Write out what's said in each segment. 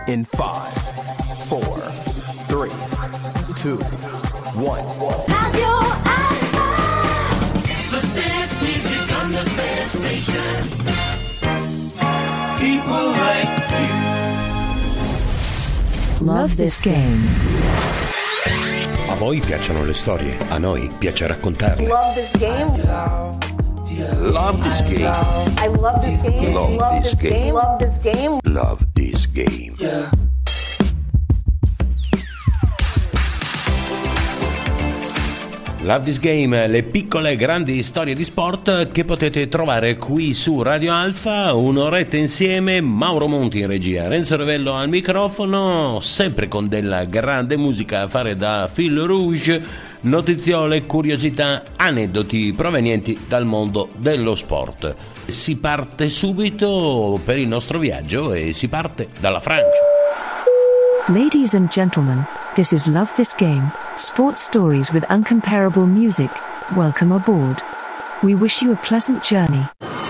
in 5, 4, 3, 2, 1. Radio Alpha. The best music on the best station. People like you. Love this game. A voi piacciono le storie, a noi piace raccontarle. Love this game. Love this game. I love this game. Love this game. Love this game. Love this game. Yeah. Love this game, le piccole e grandi storie di sport che potete trovare qui su Radio Alfa, un'oretta insieme, Mauro Monti in regia, Renzo Revello al microfono, sempre con della grande musica a fare da fil rouge, notiziole, curiosità, aneddoti provenienti dal mondo dello sport. Si parte subito per il nostro viaggio e si parte dalla Francia. Ladies and gentlemen, this is Love This Game, sports stories with uncomparable music. Welcome aboard. We wish you a pleasant journey.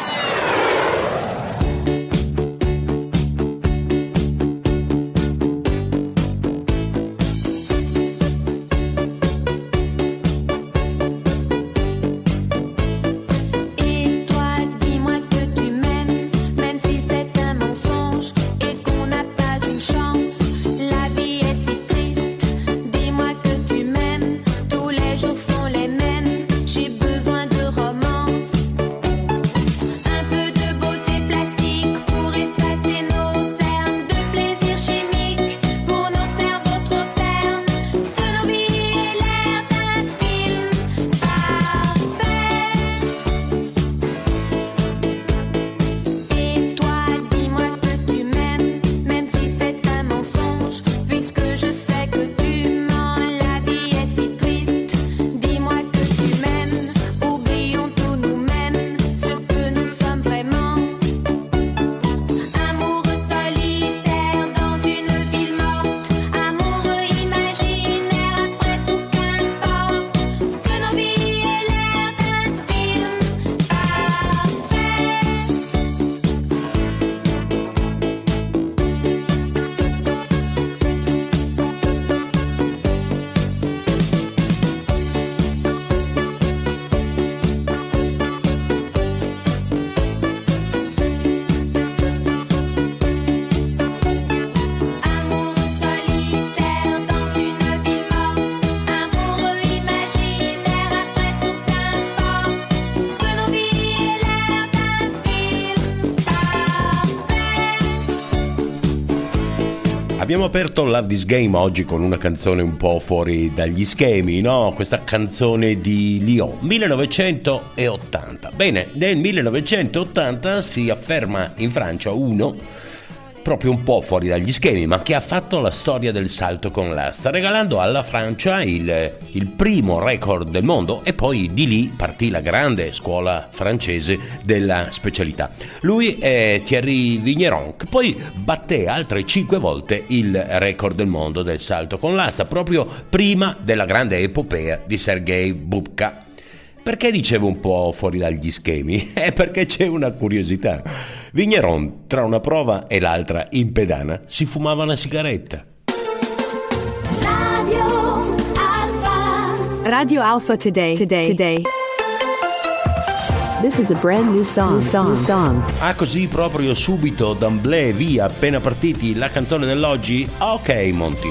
Abbiamo aperto Love This Game oggi con una canzone un po' fuori dagli schemi, no? Questa canzone di Lyon, 1980. Bene, nel 1980 si afferma in Francia uno proprio un po' fuori dagli schemi, ma che ha fatto la storia del salto con l'asta, regalando alla Francia il primo record del mondo, e poi di lì partì la grande scuola francese della specialità. Lui è Thierry Vigneron, che poi batté altre 5 volte il record del mondo del salto con l'asta, proprio prima della grande epopea di Sergei Bubka. Perché dicevo un po' fuori dagli schemi? Perché c'è una curiosità. Vigneron, tra una prova e l'altra in pedana, si fumava una sigaretta. Radio Alpha. Radio Alpha today. This is a brand new song. Ah, così proprio subito, d'amblè, via, appena partiti, la canzone dell'oggi? Ok, Monti.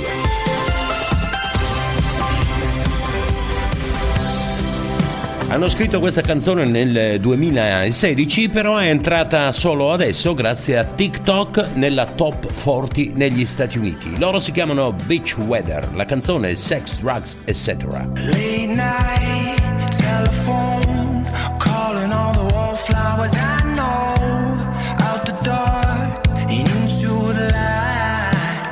Hanno scritto questa canzone nel 2016, però è entrata solo adesso grazie a TikTok nella top 40 negli Stati Uniti. Loro si chiamano Beach Weather, la canzone è Sex, Drugs, etc. Late night, telephone, calling all the wallflowers I know, out the dark and into the light,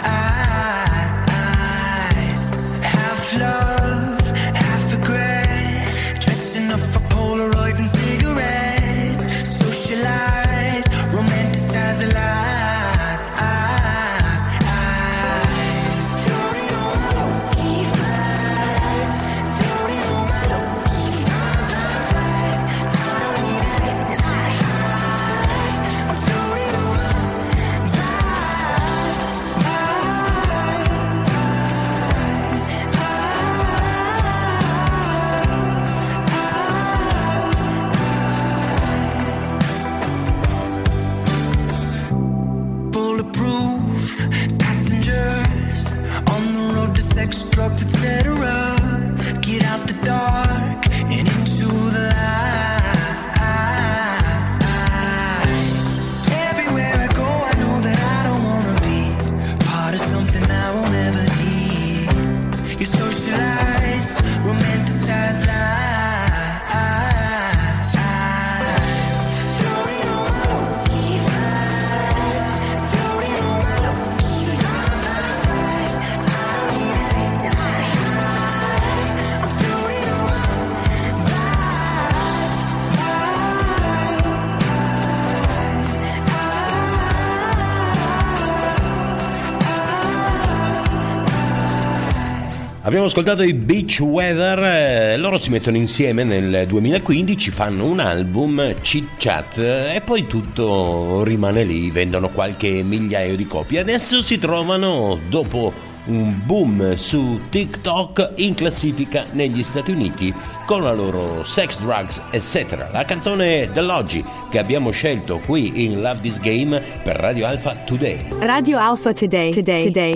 half love, half regret, dressing up for Polaroids and cigarettes, socialize, romanticize the life. bulletproof passengers on the road to sex, drugs, etc. Get out the dark and into the light. Everywhere I go, I know that I don't wanna be part of something I won't ever see. You socialized, romanticized life. Abbiamo ascoltato i Beach Weather, loro si mettono insieme nel 2015, fanno un album, Chit Chat, e poi tutto rimane lì, vendono qualche migliaio di copie. Adesso si trovano, dopo un boom su TikTok, in classifica negli Stati Uniti con la loro Sex, Drugs, etc. La canzone dell'oggi che abbiamo scelto qui in Love This Game per Radio Alpha Today. Radio Alpha Today.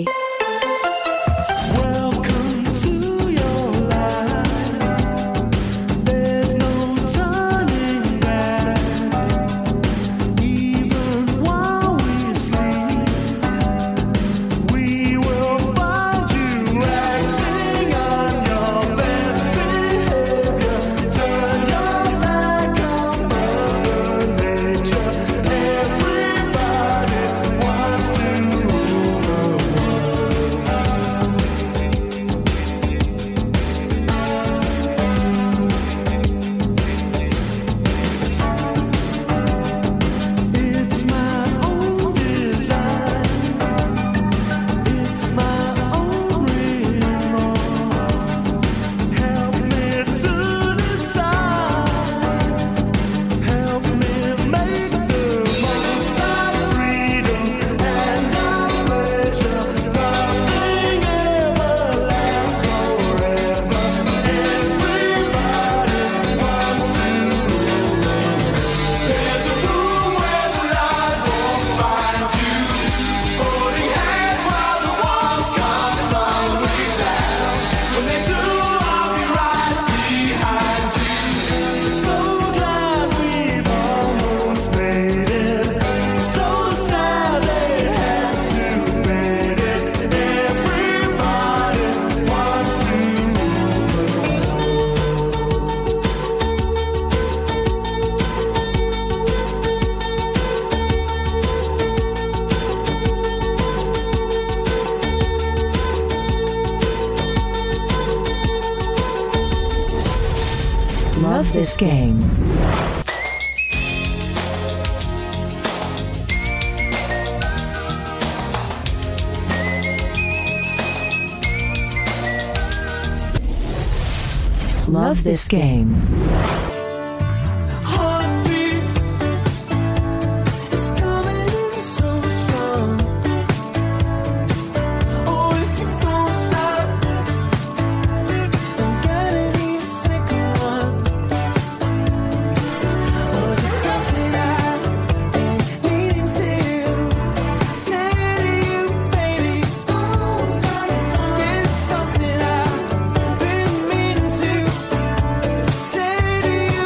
Love this game. Love this game. Say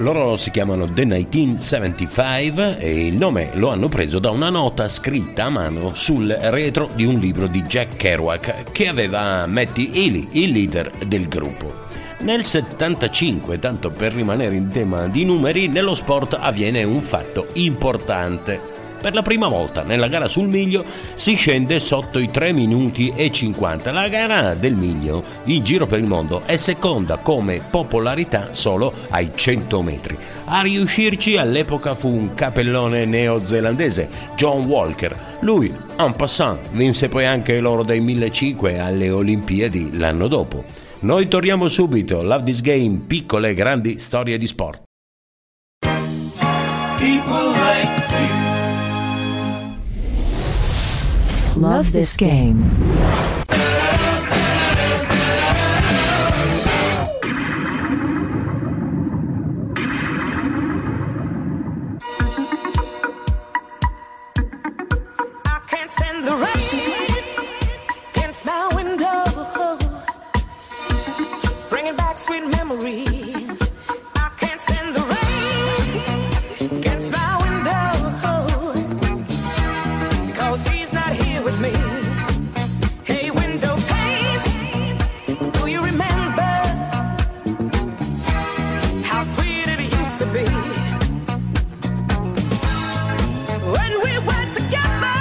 Loro si chiamano The 1975 e il nome lo hanno preso da una nota scritta a mano sul retro di un libro di Jack Kerouac che aveva Matty Healy, il leader del gruppo. Nel 75, tanto per rimanere in tema di numeri, nello sport avviene un fatto importante. Per la prima volta nella gara sul miglio si scende sotto i 3 minuti e 50. La gara del miglio in giro per il mondo è seconda come popolarità solo ai 100 metri. A riuscirci all'epoca fu un capellone neozelandese, John Walker. Lui, en passant, vinse poi anche l'oro dei 1500 alle Olimpiadi l'anno dopo. Noi torniamo subito, Love This Game, piccole e grandi storie di sport. People like you. Love This Game. I can't stand the rain against my window, bringing back sweet memories. I can't stand the rain against my window, because he's not here with me. Hey, window pane, do you remember how sweet it used to be when we were together?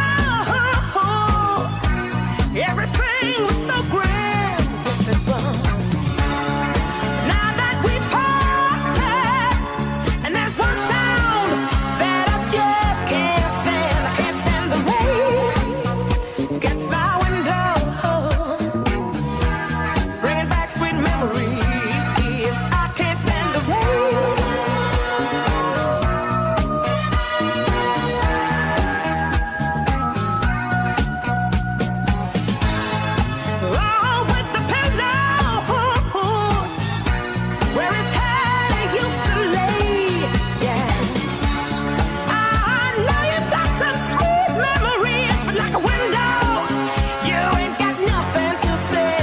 Everything was so grand, yes it was. Now that we parted, and there's one sound that I just can't stand. I can't stand the rain against my window, bringing back sweet memories. I can't stand the rain. Oh, with the pillow where his head used to lay. Yeah, I know you've got some sweet memories, but like a window, you ain't got nothing to say.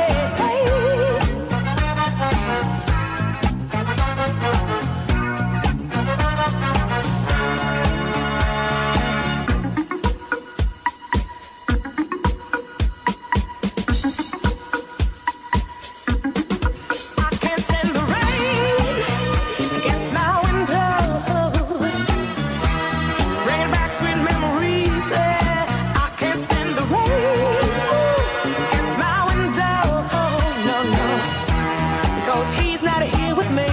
I can't stand the rain against my window, bringing back sweet memories. Yeah, I can't stand the rain against my window. No, no, because he's not here with me.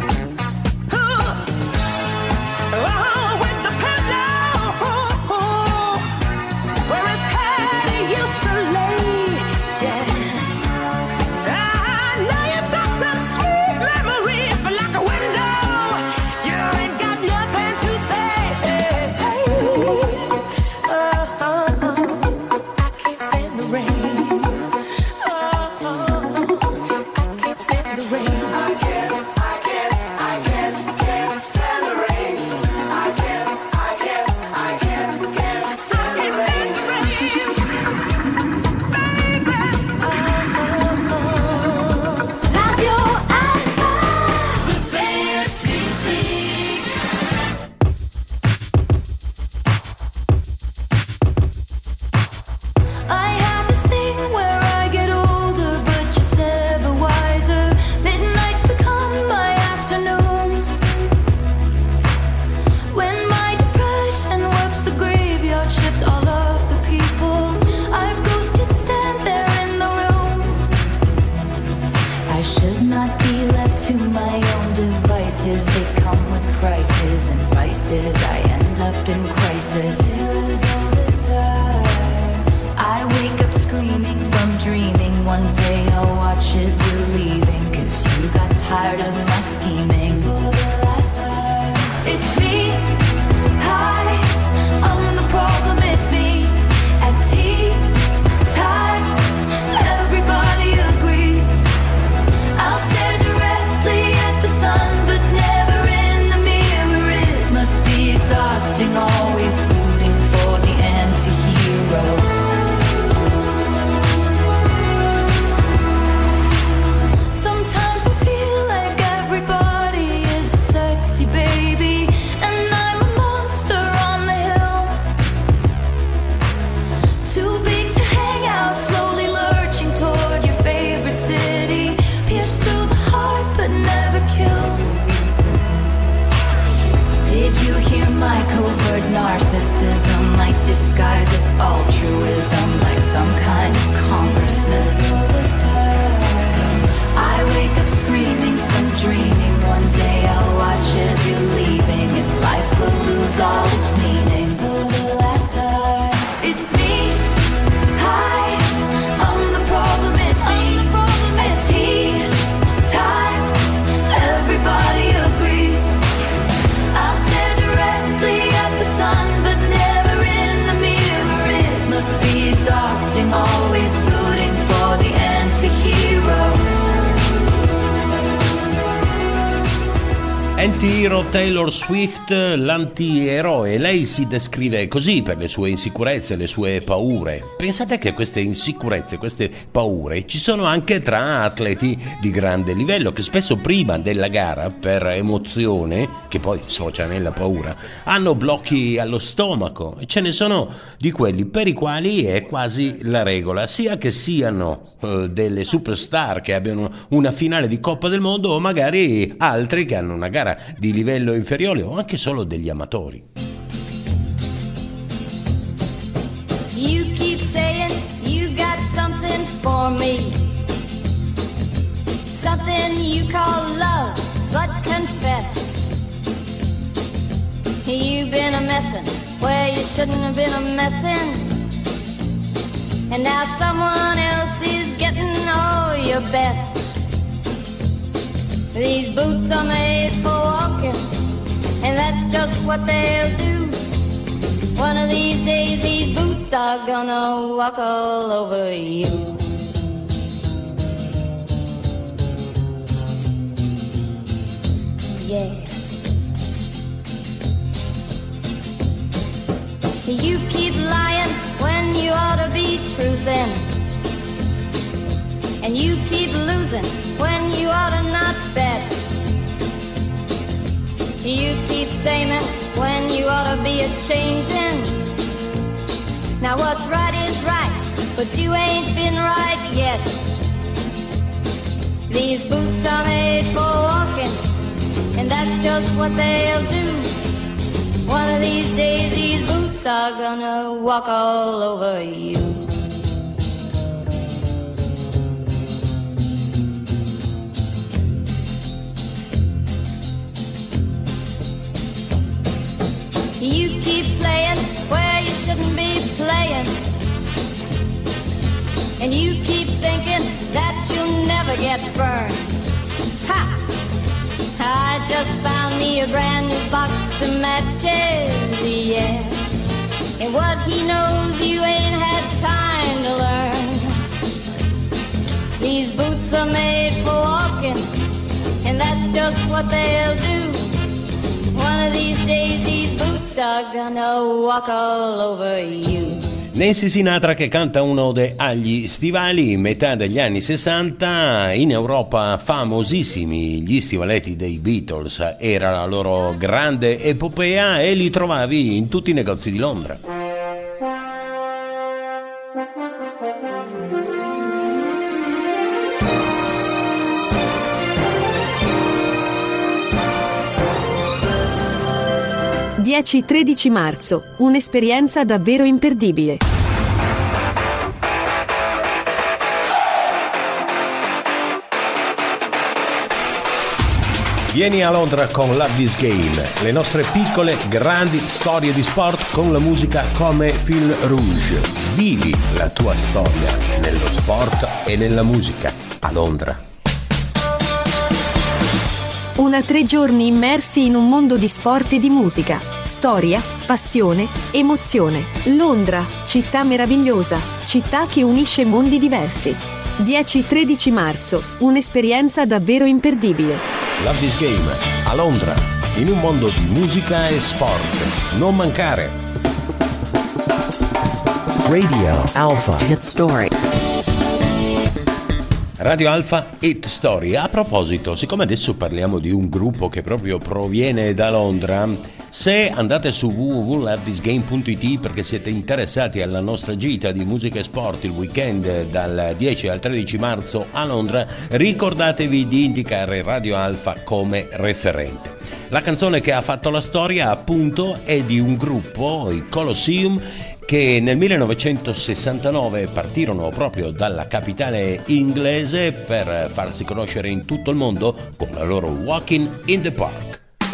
Oh, with the pillow where his head used to lay. Yeah. I know you've got some sweet memories, but like a window, you ain't got nothing to say. I can't stand the rain. I can't stand the rain. I can't stand the rain. I can't stand the rain. Radio Alpha, the best music. I have this thing where I get older, but just never wiser. Midnights become my afternoons. When my depression works the graveyard shift, all of the people I've ghosted stand there in the room. I should not be left to my own devices. They come with prices and vices. I end up in crisis. All this time, I wake up screaming from dreaming. One day I'll watch as you're leaving, 'cause you got tired of my scheming. For the last time, it's me. Hi, I'm the problem, it's me. At tea time, everybody agrees. I'll stare directly at the sun, but never in the mirror. It must be exhausting, always rooting for narcissism, like disguise as altruism, like some kind of consciousness. I wake up screaming from dreaming. One day I'll watch as you're leaving, and life will lose all its meaning. For the last time, it's me. Hi, I'm the problem. It's me. At tea time, everybody agrees. I'll stare directly at the sun, but never in the mirror. It must be exhausting, always rooting for the anti-hero. Anti-hero Taylor Swift, l'antieroe. Lei si descrive così per le sue insicurezze, le sue paure. Pensate che queste insicurezze, queste paure ci sono anche tra atleti di grande livello, che spesso prima della gara, per emozione, che poi sfocia nella paura, hanno blocchi allo stomaco. Ce ne sono di quelli per i quali è quasi la regola, sia che siano delle superstar che abbiano una finale di Coppa del Mondo, o magari altri che hanno una gara di livello inferiore, o anche solo degli amatori. You keep saying you got something for me, something you call love, but confess you've been a messin' where you shouldn't have been a messin', and now someone else is getting all your best. These boots are made for walking, and that's just what they'll do. One of these days these boots are gonna walk all over you. Yeah. You keep lying when you ought to be truthin', and you keep losing when you ought to not bet. You keep saying when you ought to be a-changing. Now what's right is right, but you ain't been right yet. These boots are made for walking, and that's just what they'll do. One of these days these boots are gonna walk all over you. You keep playing where you shouldn't be playing, and you keep thinking that you'll never get burned. Ha! I just found me a brand new box of matches, yeah. And what he knows you ain't had time to learn. These boots are made for walking, and that's just what they'll do. One of these days these boots are gonna walk all over you. Nancy Sinatra che canta un'ode agli stivali. Metà degli anni 60, in Europa famosissimi gli stivaletti dei Beatles, era la loro grande epopea e li trovavi in tutti i negozi di Londra. Il 10-13 marzo, un'esperienza davvero imperdibile. Vieni a Londra con Love This Game, le nostre piccole, grandi storie di sport con la musica come fil rouge. Vivi la tua storia nello sport e nella musica a Londra. 3 giorni immersi in un mondo di sport e di musica, storia, passione, emozione. Londra, città meravigliosa, città che unisce mondi diversi. 10-13 marzo, un'esperienza davvero imperdibile. Love This Game a Londra, in un mondo di musica e sport. Non mancare. Radio Alpha Hit Story. Radio Alpha Hit Story. A proposito, siccome adesso parliamo di un gruppo che proprio proviene da Londra, se andate su www.lovethisgame.it perché siete interessati alla nostra gita di musica e sport il weekend dal 10 al 13 marzo a Londra, ricordatevi di indicare Radio Alpha come referente. La canzone che ha fatto la storia, appunto, è di un gruppo, i Colosseum, che nel 1969 partirono proprio dalla capitale inglese per farsi conoscere in tutto il mondo con la loro Walking in the Park.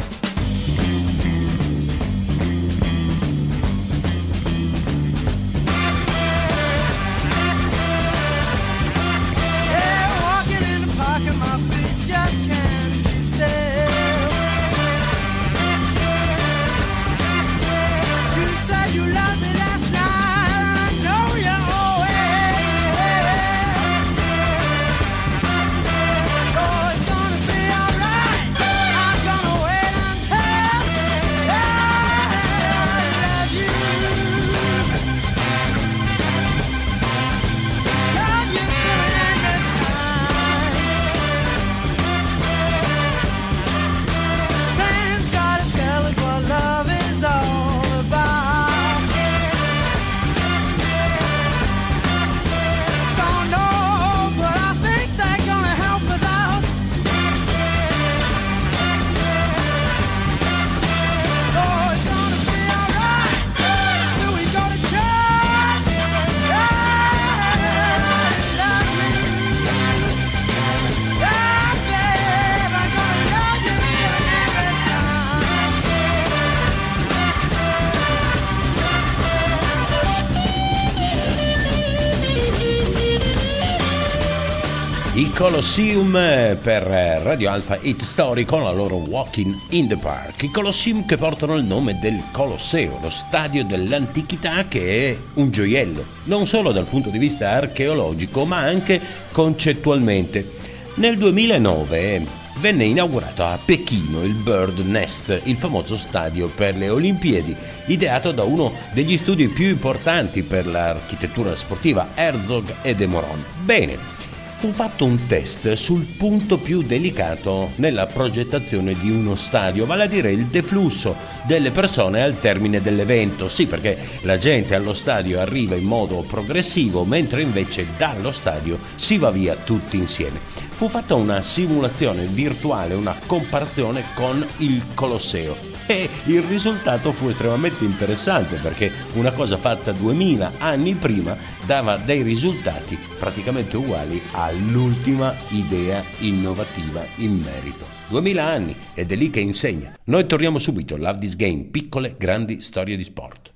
I Colosseum per Radio Alpha Hit Story con la loro Walking in the Park. I Colosseum che portano il nome del Colosseo, lo stadio dell'antichità, che è un gioiello, non solo dal punto di vista archeologico ma anche concettualmente. Nel 2009 venne inaugurato a Pechino il Bird Nest, il famoso stadio per le Olimpiadi, ideato da uno degli studi più importanti per l'architettura sportiva, Herzog e de Meuron. Bene, fu fatto un test sul punto più delicato nella progettazione di uno stadio, vale a dire il deflusso delle persone al termine dell'evento. Sì, perché la gente allo stadio arriva in modo progressivo, mentre invece dallo stadio si va via tutti insieme. Fu fatta una simulazione virtuale, una comparazione con il Colosseo. E il risultato fu estremamente interessante, perché una cosa fatta 2000 anni prima dava dei risultati praticamente uguali all'ultima idea innovativa in merito. 2000 anni ed è lì che insegna. Noi torniamo subito. Love This Game, piccole grandi storie di sport.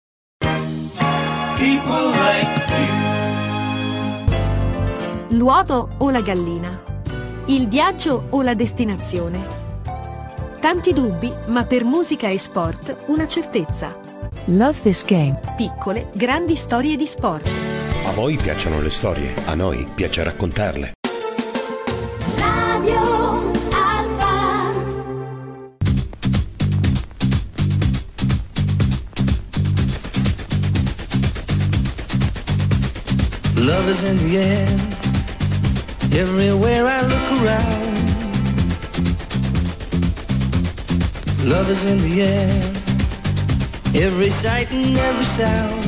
L'uovo o la gallina? Il viaggio o la destinazione? Tanti dubbi, ma per musica e sport una certezza. Love This Game. Piccole, grandi storie di sport. A voi piacciono le storie, a noi piace raccontarle. Radio Alpha. Love is in the air, everywhere I look around. Love is in the air, every sight and every sound.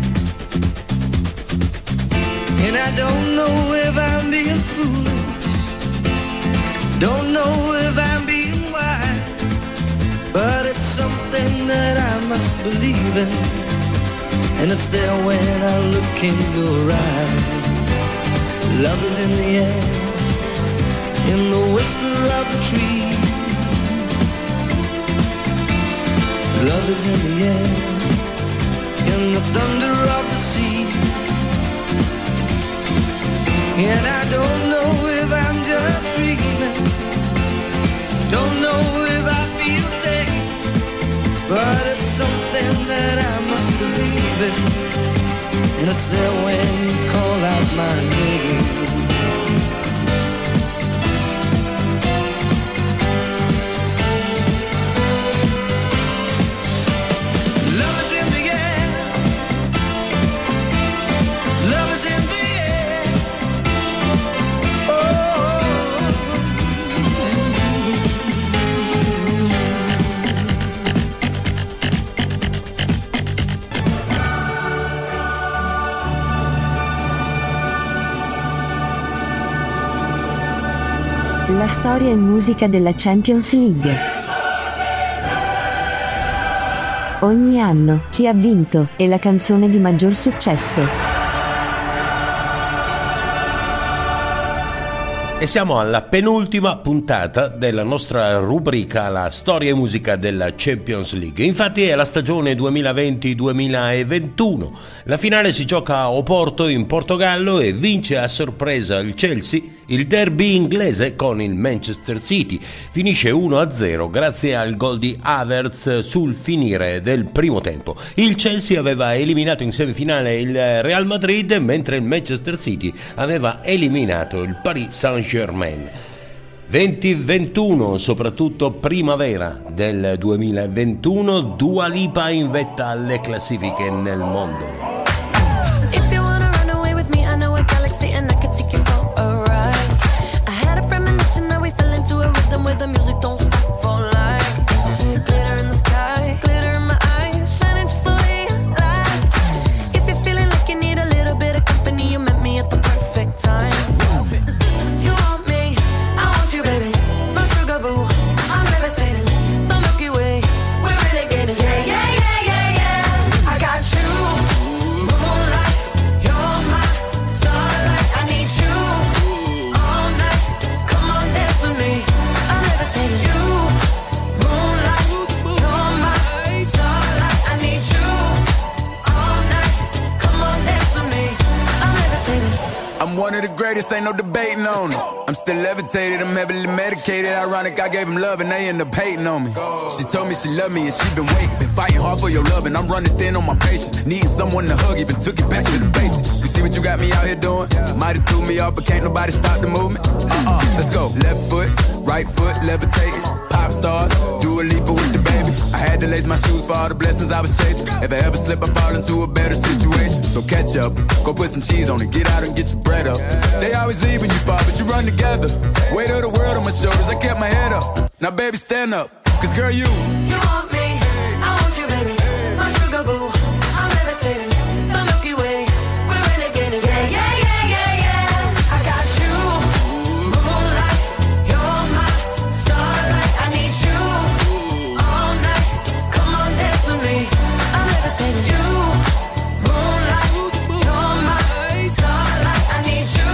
And I don't know if I'm being foolish, don't know if I'm being wise, but it's something that I must believe in, and it's there when I look in your eyes. Love is in the air, in the whisper of the tree. Love is in the air, in the thunder of the sea. And I don't know if I'm just dreaming, don't know if I feel safe, but it's something that I must believe in, and it's there when you call out my name. La storia e musica della Champions League. Ogni anno, chi ha vinto, è la canzone di maggior successo. E siamo alla penultima puntata della nostra rubrica La storia e musica della Champions League. Infatti è la stagione 2020-2021. La finale si gioca a Oporto in Portogallo e vince a sorpresa il Chelsea il derby inglese con il Manchester City. Finisce 1-0 grazie al gol di Havertz sul finire del primo tempo. Il Chelsea aveva eliminato in semifinale il Real Madrid, mentre il Manchester City aveva eliminato il Paris Saint-Germain. 2021, soprattutto primavera del 2021, Dua Lipa in vetta alle classifiche nel mondo. If you wanna run away with me, I know a galaxy and I can take you for a ride. I had a premonition that we fell into a rhythm where the music don't stop for life. Glitter in the sky, glitter in my eyes, shining just the way you like. If you're feeling like you need a little bit of company, you met me at the perfect time. You want me, I want you, baby. My sugar boo, I'm levitating. The Milky Way, we're renegading. Yeah, yeah, yeah, yeah, yeah. I got you. Moonlight, you're my starlight. I need you all night. Come on, dance with me. I'm levitating. You, moonlight, you're my starlight. I need you all night. Come on, dance with me. I'm levitating. I'm one of the greatest, ain't no debating on it. I'm still levitated, I'm heavily medicated. Ironic, I gave him love and they end up hating on me. She told me she loved me and she been waiting. Been fighting hard for your love and I'm running thin on my patience. Needing someone to hug, even took it back to the basics. You see what you got me out here doing? Might have threw me off, but can't nobody stop the movement. Let's go. Left foot, right foot, levitating. Pop stars, Dua Lipa with the baby. I had to lace my shoes for all the blessings I was chasing. If I ever slip, I fall into a better situation. So catch up, go put some cheese on it, get out and get your bread up. They always leave when you fall, but you run together. Weight of the world on my shoulders, I kept my head up. Now baby, stand up, cause girl, you want me, I want you, baby. My sugar boo, I'm levitating. The Milky Way, we're renegading. Yeah, yeah, yeah, yeah, yeah. I got you, moonlight, you're my starlight. I need you all night. Come on, dance with me. I'm levitating. You, moonlight, you're my starlight. I need you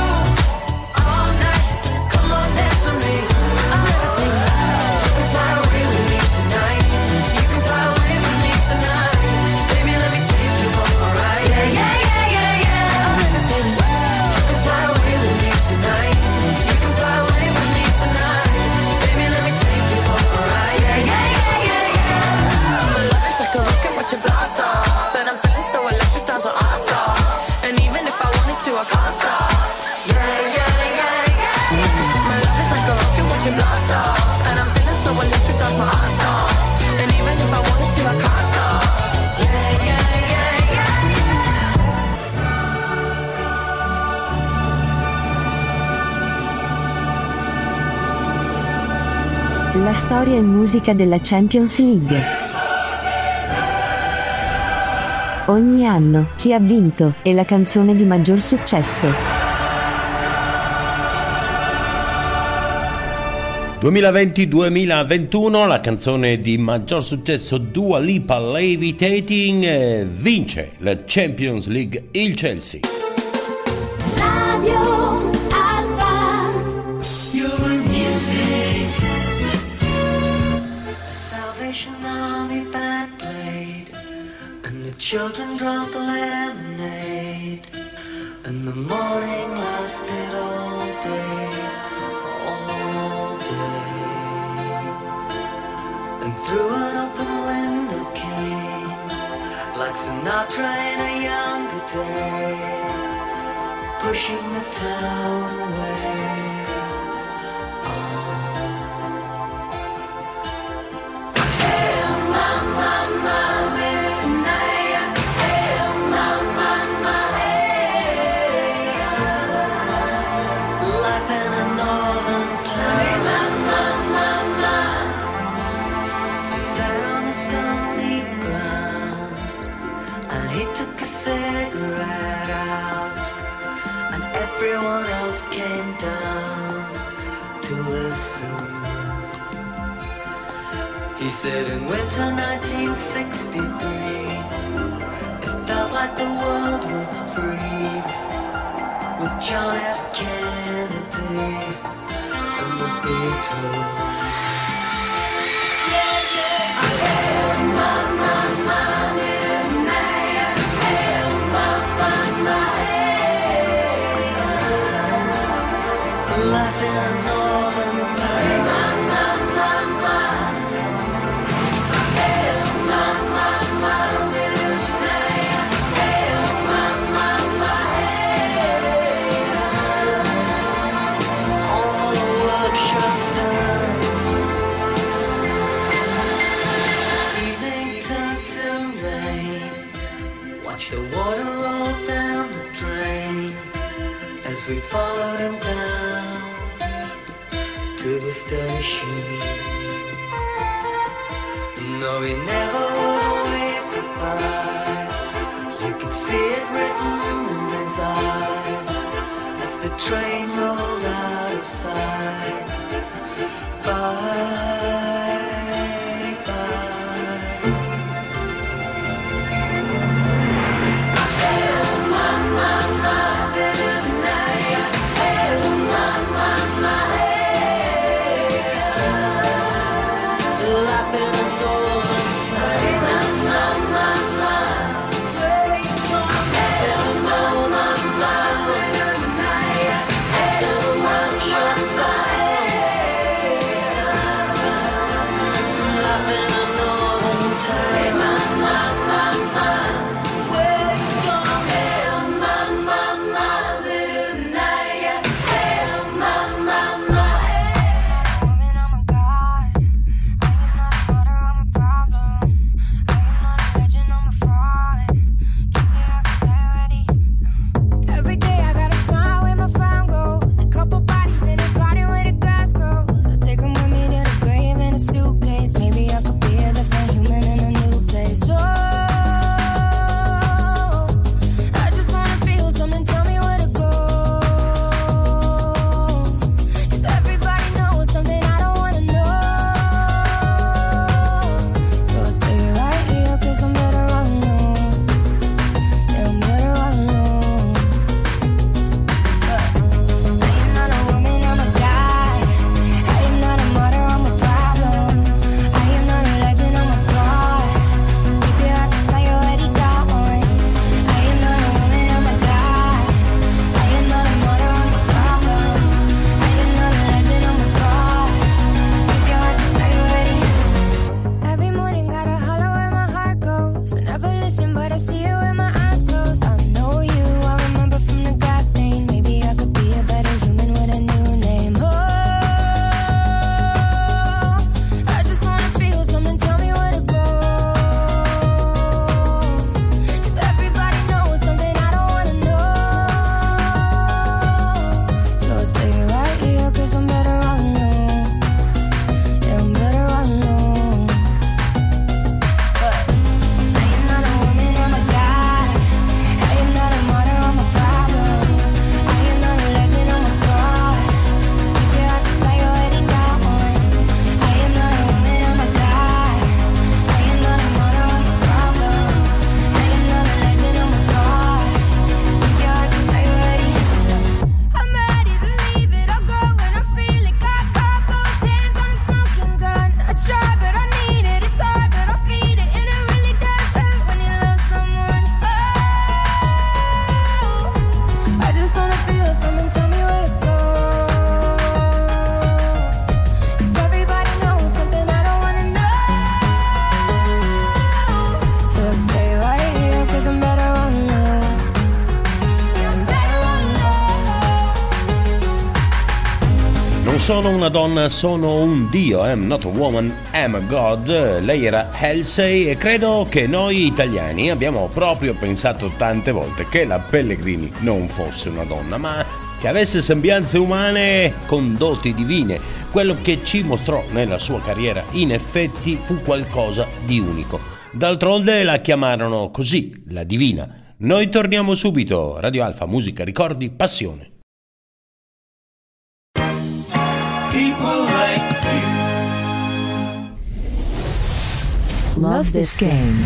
all night. Come on, dance with me. I'm levitating. You can fly away with me tonight. You can fly away with me tonight. Baby, let me take you for a ride. Yeah, yeah, yeah, yeah, yeah. I'm levitating. You can fly away with me tonight. You can fly away with me tonight. Baby, let me take you for a ride. Yeah, yeah, yeah, yeah, yeah. My love is like a rocket, watch it blast off. And I'm feeling so electric, dance on awesome. And even if I wanted to, I can't stop. Yeah, yeah, yeah, yeah. My love is like a rocket, watch it blast off. And I'm feeling so electric, dance my ass off. And even if I wanted to, I can't stop. Yeah, yeah, yeah, yeah. La storia e musica della Champions League. Ogni anno, chi ha vinto, è la canzone di maggior successo. 2020-2021, la canzone di maggior successo Dua Lipa, Levitating, vince la Champions League il Chelsea. Radio Alpha. Your music. The Salvation Army band played, and the children drank the lemonade, and the morning lasted all day, all day. And through an open window came, like Sinatra in a younger day, pushing the town away. Life in a northern town, sat on a stony ground, and he took a cigarette out, and everyone else came down to listen. He said in winter 1963, it felt like the world would freeze with John F. Kennedy and the Beatles. Laughing all the time. All the work shut down. Evening turned to rain. Watch the water roll down the drain as we followed him down to the station. No, he never would wave goodbye. You could see it written in his eyes as the train rolled out of sight. Bye, sono una donna, sono un dio. I'm not a woman, I'm a god. Lei era Halsey e credo che noi italiani abbiamo proprio pensato tante volte che la Pellegrini non fosse una donna, ma che avesse sembianze umane con doti divine. Quello che ci mostrò nella sua carriera in effetti fu qualcosa di unico. D'altronde la chiamarono così, la divina. Noi torniamo subito. Radio Alfa, musica, ricordi, passione. People like Love This Game.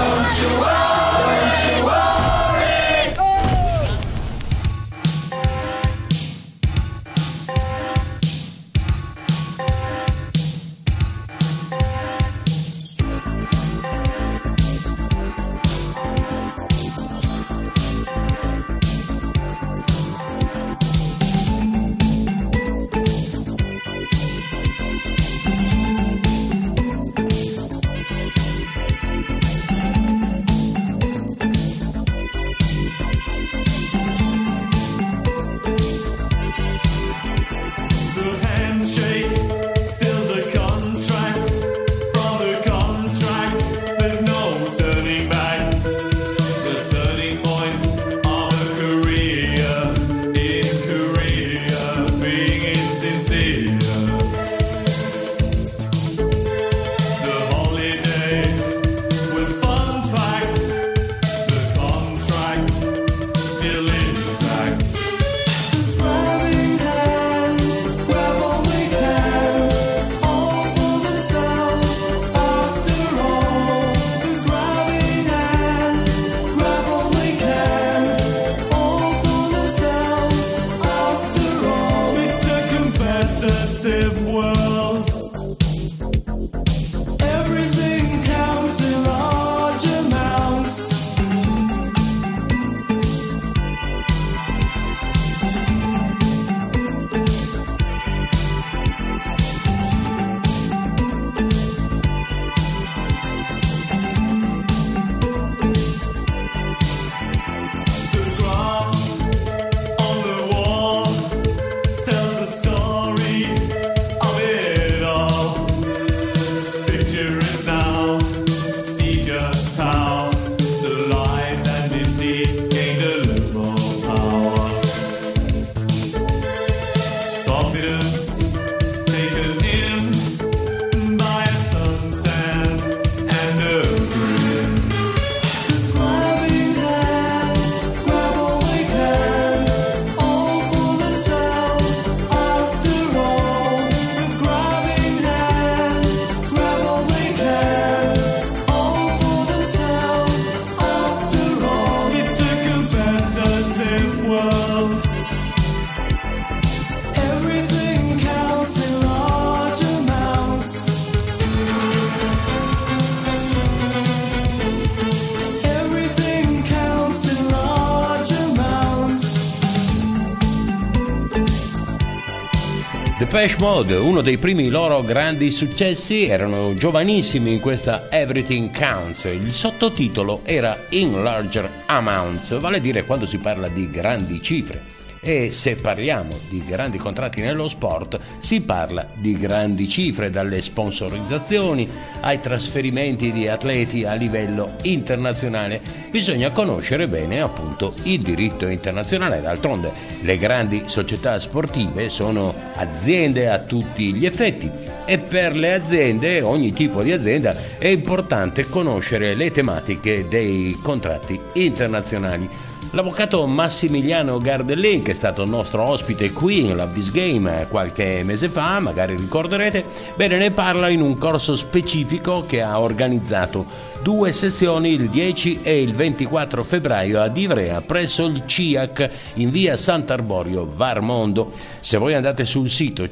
Depeche Mode, uno dei primi loro grandi successi, erano giovanissimi in questa Everything Counts. Il sottotitolo era In Larger Amounts, vale a dire quando si parla di grandi cifre. E se parliamo di grandi contratti nello sport, si parla di grandi cifre, dalle sponsorizzazioni ai trasferimenti di atleti a livello internazionale. Bisogna conoscere bene appunto il diritto internazionale. D'altronde le grandi società sportive sono aziende a tutti gli effetti e per le aziende, ogni tipo di azienda, è importante conoscere le tematiche dei contratti internazionali. L'avvocato Massimiliano Gardellin, che è stato nostro ospite qui in Love This Game qualche mese fa, magari ricorderete, bene, ne parla in un corso specifico che ha organizzato 2 sessioni il 10 e il 24 febbraio ad Ivrea presso il CIAC in via Sant'Arborio Varmondo. Se voi andate sul sito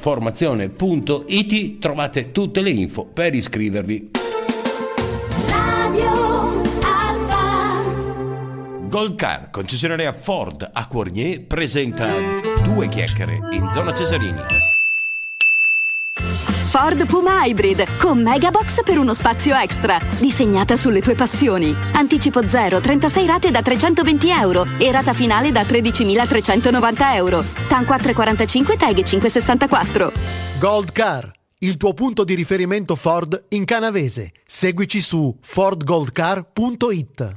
ciacformazione.it trovate tutte le info per iscrivervi. Gold Car, concessionaria Ford a Cournier, presenta 2 chiacchiere in zona Cesarini. Ford Puma Hybrid con Megabox per uno spazio extra, disegnata sulle tue passioni. Anticipo 0, 36 rate da €320 e rata finale da €13.390. TAN 445, TAG 564. Gold Car, il tuo punto di riferimento Ford in Canavese. Seguici su fordgoldcar.it.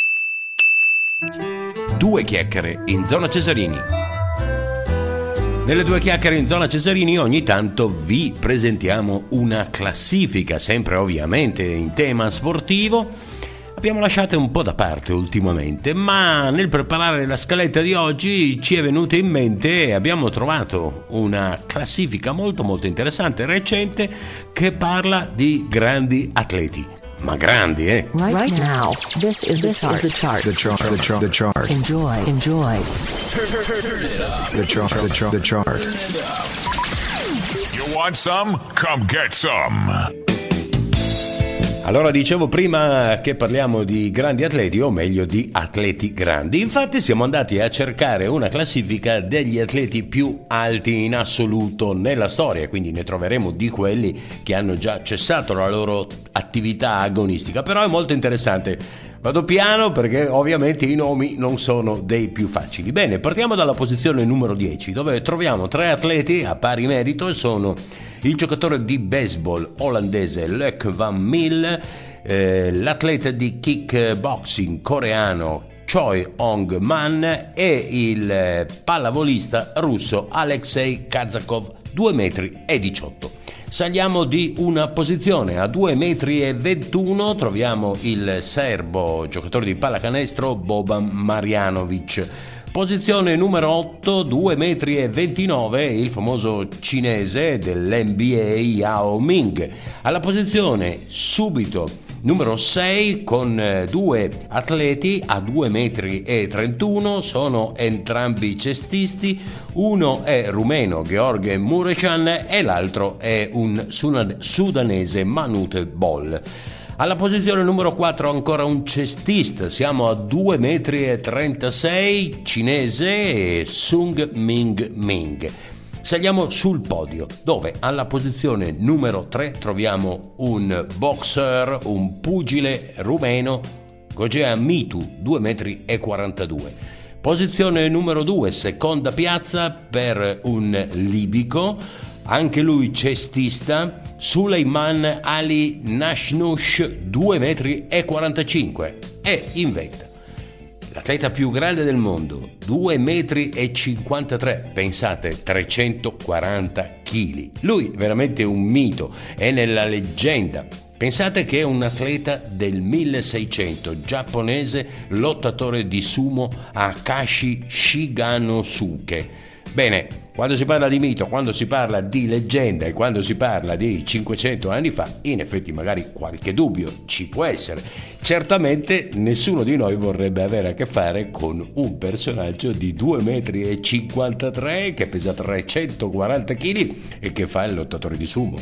2 chiacchiere in zona Cesarini. Nelle 2 chiacchiere in zona Cesarini ogni tanto vi presentiamo una classifica, sempre ovviamente in tema sportivo. Abbiamo lasciato un po' da parte ultimamente, ma nel preparare la scaletta di oggi ci è venuta in mente e abbiamo trovato una classifica molto molto interessante, recente, che parla di grandi atleti. ma grandi, eh? Right now, this is the chart. The chart. Enjoy. The chart. You want some? Come get some. Allora, dicevo prima che parliamo di grandi atleti, o meglio di atleti grandi. Infatti siamo andati a cercare una classifica degli atleti più alti in assoluto nella storia, quindi ne troveremo di quelli che hanno già cessato la loro attività agonistica, però è molto interessante. Vado piano perché ovviamente i nomi non sono dei più facili. Bene, partiamo dalla posizione numero 10, dove troviamo 3 atleti a pari merito e sono il giocatore di baseball olandese Luc Van Mil, l'atleta di kickboxing coreano Choi Hong Man e il pallavolista russo Alexei Kazakov, 2,18 metri. Saliamo di una posizione, a 2,21 metri troviamo il serbo giocatore di pallacanestro Boban Marjanovic. Posizione numero 8, 2,29 metri, il famoso cinese dell'NBA Yao Ming. Alla posizione subito numero 6 con 2 atleti a 2,31 metri, sono entrambi cestisti, uno è rumeno Gheorghe Mureșan e l'altro è un sudanese Manute Bol. Alla posizione numero 4 ancora un cestista, siamo a 2,36 metri, cinese Sung Ming Ming. Saliamo sul podio, dove alla posizione numero 3 troviamo un boxer, un pugile rumeno, Gojea Mitu, 2,42 metri. Posizione numero 2, seconda piazza per un libico, anche lui cestista, Suleiman Ali Nashnush, 2,45 metri. E inventa l'atleta più grande del mondo, 2,53 metri, pensate, 340 kg. Lui è veramente un mito, è nella leggenda. Pensate che è un atleta del 1600, giapponese, lottatore di sumo Akashi Shiganosuke. Bene, quando si parla di mito, quando si parla di leggenda e quando si parla di 500 anni fa, in effetti magari qualche dubbio ci può essere. Certamente nessuno di noi vorrebbe avere a che fare con un personaggio di 2,53 metri che pesa 340 kg e che fa il lottatore di sumo.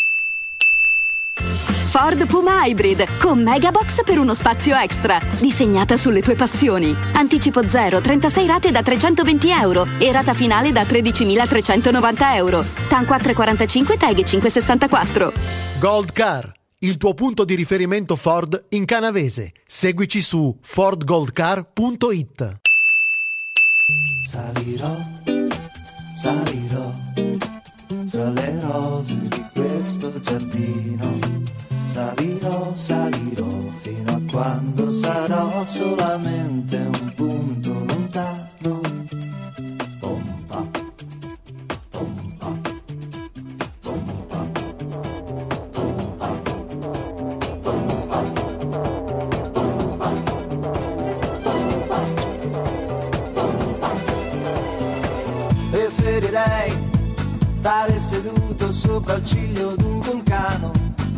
Ford Puma Hybrid con Megabox per uno spazio extra. Disegnata sulle tue passioni. Anticipo 0, 36 rate da €320 e rata finale da €13.390. TAN 445, TAG 564. Gold Car, il tuo punto di riferimento Ford in Canavese. Seguici su fordgoldcar.it. Salirò fra le rose di questo giardino. Salirò fino a quando sarò solamente un punto lontano. Pompa, pompa, pompa, pompa, pompa, pompa, pompa. Preferirei stare seduto sopra il ciglio di un vulcano.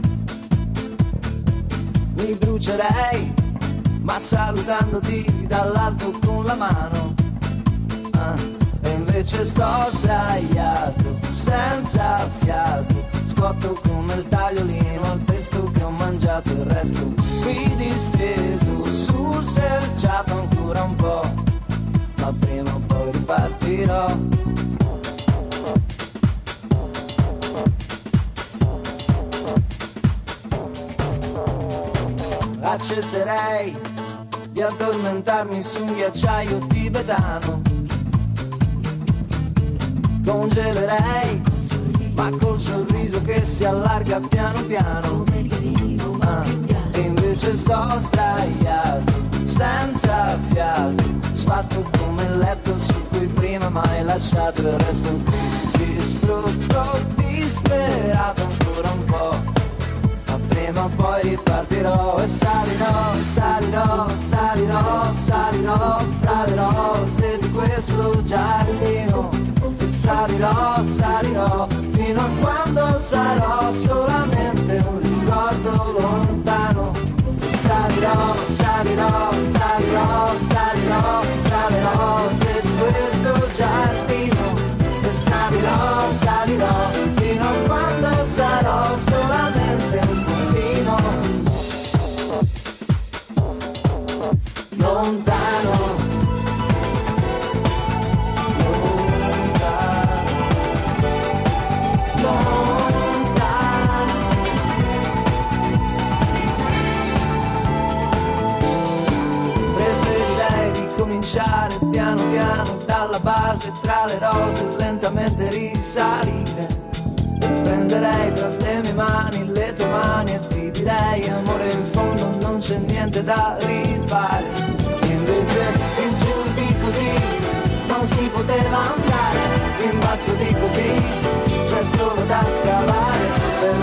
Mi brucerei, ma salutandoti dall'alto con la mano. E invece sto sdraiato, senza fiato, scotto come il tagliolino al pesto che ho mangiato. Il resto qui disteso sul selciato ancora un po', ma prima o poi ripartirò. Accetterei di addormentarmi su un ghiacciaio tibetano. Congelerei, ma col sorriso che si allarga piano piano. E invece sto sdraiato, senza fiato, sfatto come il letto su cui prima m'hai lasciato. Il resto qui distrutto, disperato ancora un po', ma prima o poi ripartirò. E salirò fra le rose di questo giardino. E salirò fino a quando sarò solamente un ricordo lontano. salirò, salirò, salirò, salirò tra le rose di questo giardino e salirò, salirò fino a quando sarò solamente un bambino lontano. Cominciare piano piano dalla base tra le rose, lentamente risalire e prenderei tra le mie mani le tue mani e ti direi amore in fondo non c'è niente da rifare. Invece in giù di così non si poteva andare, in basso di così c'è solo da scavare. Per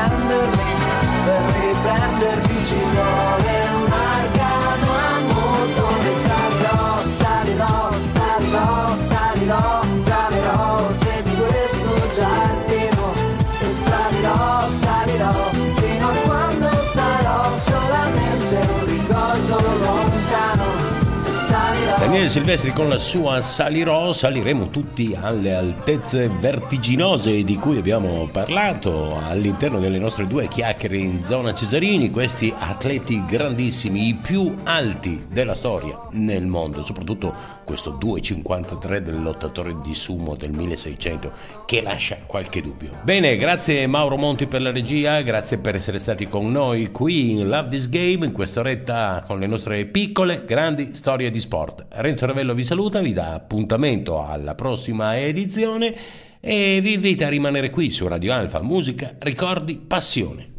riprendermi ci vuole un arcano a motore. Salirò, salirò, salirò, salirò tra le rose di questo giardino e salirò, salirò fino a quando sarò solamente un ricordo lontano. Daniele Silvestri con la sua Salirò. Saliremo tutti alle altezze vertiginose di cui abbiamo parlato all'interno delle nostre due chiacchiere in zona Cesarini, questi atleti grandissimi, i più alti della storia nel mondo, soprattutto questo 2,53 del lottatore di sumo del 1600 che lascia qualche dubbio. Bene, grazie Mauro Monti per la regia, grazie per essere stati con noi qui in Love This Game in quest'oretta con le nostre piccole grandi storie di sport. Renzo Ravello vi saluta, vi dà appuntamento alla prossima edizione e vi invita a rimanere qui su Radio Alfa, musica, ricordi, passione.